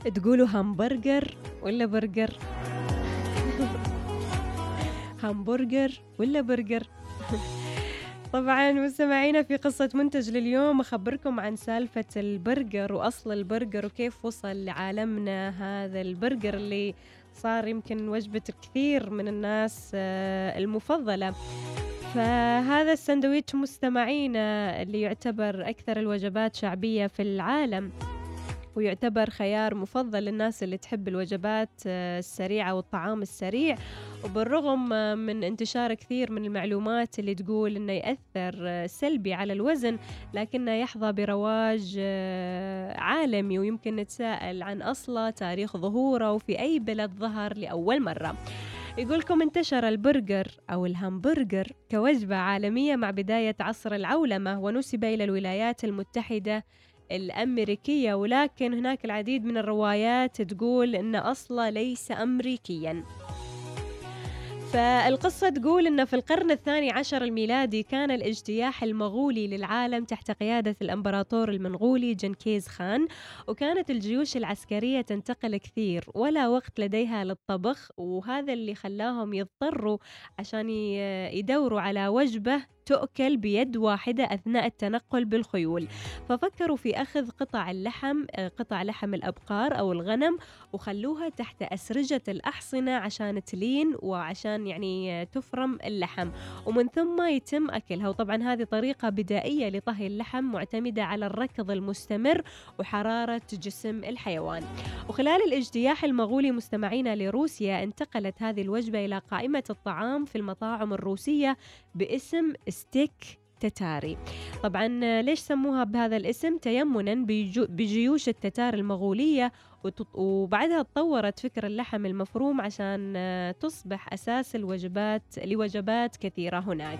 تقولوا همبرجر ولا برجر؟ همبرجر ولا برجر؟ طبعًا مستمعينا في قصة منتج لليوم أخبركم عن سالفة البرجر وأصل البرجر وكيف وصل لعالمنا هذا البرجر اللي صار يمكن وجبة كثير من الناس المفضلة. فهذا الساندويتش مستمعينا اللي يعتبر أكثر الوجبات شعبية في العالم، ويعتبر خيار مفضل للناس اللي تحب الوجبات السريعة والطعام السريع. وبالرغم من انتشار كثير من المعلومات اللي تقول إنه يأثر سلبي على الوزن، لكنه يحظى برواج عالمي، ويمكن نتساءل عن أصله، تاريخ ظهوره، وفي أي بلد ظهر لأول مرة. يقولكم انتشر البرجر أو الهامبرجر كوجبة عالمية مع بداية عصر العولمة، ونسب إلى الولايات المتحدة الأمريكية، ولكن هناك العديد من الروايات تقول أن أصله ليس أمريكياً. فالقصة تقول أن في القرن الثاني عشر الميلادي كان الاجتياح المغولي للعالم تحت قيادة الإمبراطور المنغولي جنكيز خان، وكانت الجيوش العسكرية تنتقل كثير ولا وقت لديها للطبخ، وهذا اللي خلاهم يضطروا عشان يدوروا على وجبة تؤكل بيد واحدة أثناء التنقل بالخيول. ففكروا في أخذ قطع لحم الأبقار أو الغنم، وخلوها تحت أسرجة الأحصنة عشان تلين وعشان يعني تفرم اللحم، ومن ثم يتم أكلها. وطبعا هذه طريقة بدائية لطهي اللحم معتمدة على الركض المستمر وحرارة جسم الحيوان. وخلال الاجتياح المغولي مستمعين لروسيا، انتقلت هذه الوجبة إلى قائمة الطعام في المطاعم الروسية باسم ستيك تتاري. طبعا ليش سموها بهذا الاسم؟ تيمنا بجيوش التتار المغولية، وبعدها تطورت فكر اللحم المفروم عشان تصبح أساس لوجبات كثيرة هناك.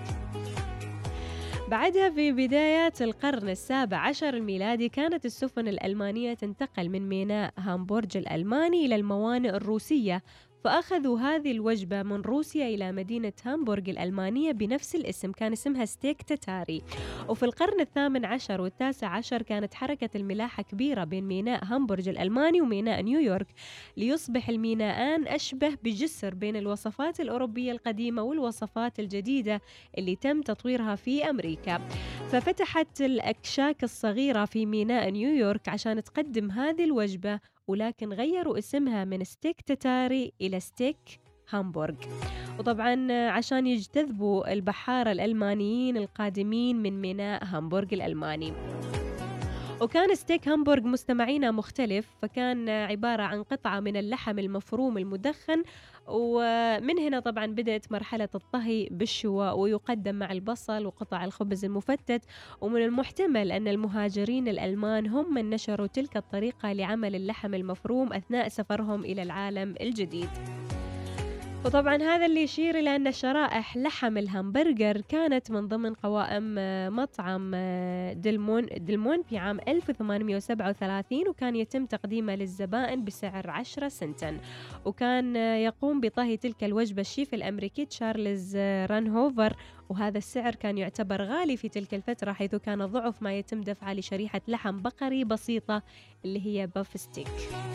بعدها في بدايات القرن السابع عشر الميلادي كانت السفن الألمانية تنتقل من ميناء هامبورج الألماني إلى الموانئ الروسية، فأخذوا هذه الوجبة من روسيا إلى مدينة هامبورغ الألمانية بنفس الاسم، كان اسمها ستيك تتاري. وفي القرن الثامن عشر والتاسع عشر كانت حركة الملاحة كبيرة بين ميناء هامبورغ الألماني وميناء نيويورك، ليصبح الميناءان أشبه بجسر بين الوصفات الأوروبية القديمة والوصفات الجديدة اللي تم تطويرها في أمريكا. ففتحت الأكشاك الصغيرة في ميناء نيويورك عشان تقدم هذه الوجبة، ولكن غيروا اسمها من ستيك تتاري إلى ستيك هامبورغ. وطبعا عشان يجتذبوا البحارة الألمانيين القادمين من ميناء هامبورغ الألماني. وكان ستيك هامبورغ مستمعينا مختلف، فكان عبارة عن قطعة من اللحم المفروم المدخن، ومن هنا طبعا بدأت مرحلة الطهي بالشواء، ويقدم مع البصل وقطع الخبز المفتت. ومن المحتمل أن المهاجرين الألمان هم من نشروا تلك الطريقة لعمل اللحم المفروم أثناء سفرهم إلى العالم الجديد. وطبعا هذا اللي يشير إلى أن شرائح لحم الهامبرجر كانت من ضمن قوائم مطعم دلمون في عام 1837، وكان يتم تقديمه للزبائن بسعر 10 سنتا. وكان يقوم بطهي تلك الوجبة الشيف الأمريكي تشارلز رانهوفر، وهذا السعر كان يعتبر غالي في تلك الفترة، حيث كان ضعف ما يتم دفعه لشريحة لحم بقري بسيطة اللي هي باف ستيك.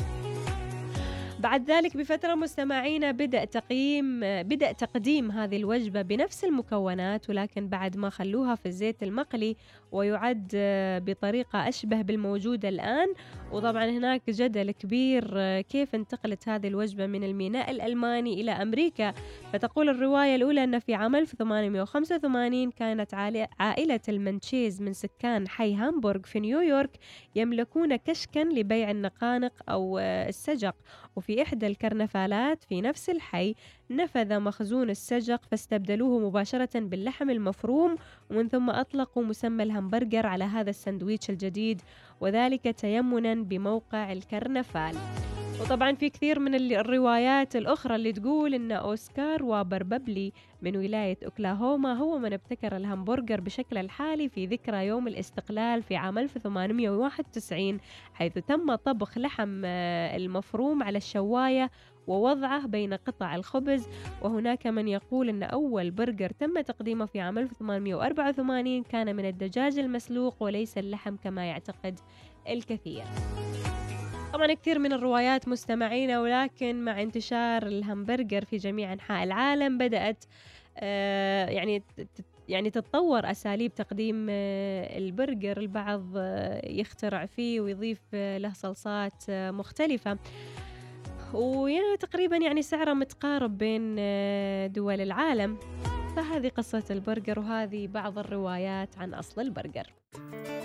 بعد ذلك بفترة مستمعينا بدأ تقديم هذه الوجبة بنفس المكونات، ولكن بعد ما خلوها في الزيت المقلي، ويعد بطريقة أشبه بالموجودة الآن. وطبعا هناك جدل كبير كيف انتقلت هذه الوجبة من الميناء الألماني إلى أمريكا. فتقول الرواية الأولى أن في عام 1885 كانت عائلة المنشيز من سكان حي هامبورغ في نيويورك يملكون كشكا لبيع النقانق أو السجق، وفي إحدى الكرنفالات في نفس الحي نفذ مخزون السجق، فاستبدلوه مباشرة باللحم المفروم، ومن ثم أطلقوا مسمى الهمبرجر على هذا السندويتش الجديد، وذلك تيمنا بموقع الكرنفال. وطبعا في كثير من الروايات الأخرى اللي تقول إن أوسكار وابربابلي من ولاية أوكلاهوما هو من ابتكر الهمبرجر بشكل الحالي في ذكرى يوم الاستقلال في عام 1891، حيث تم طبخ لحم المفروم على الشواية ووضعه بين قطع الخبز. وهناك من يقول أن أول برجر تم تقديمه في عام 1884 كان من الدجاج المسلوق وليس اللحم كما يعتقد الكثير. طبعا كثير من الروايات مستمعينا، ولكن مع انتشار الهمبرجر في جميع أنحاء العالم بدأت يعني يعني تتطور أساليب تقديم البرجر. البعض يخترع فيه ويضيف له صلصات مختلفة، ويعني تقريبا يعني سعره متقارب بين دول العالم. فهذه قصة البرجر، وهذه بعض الروايات عن أصل البرجر.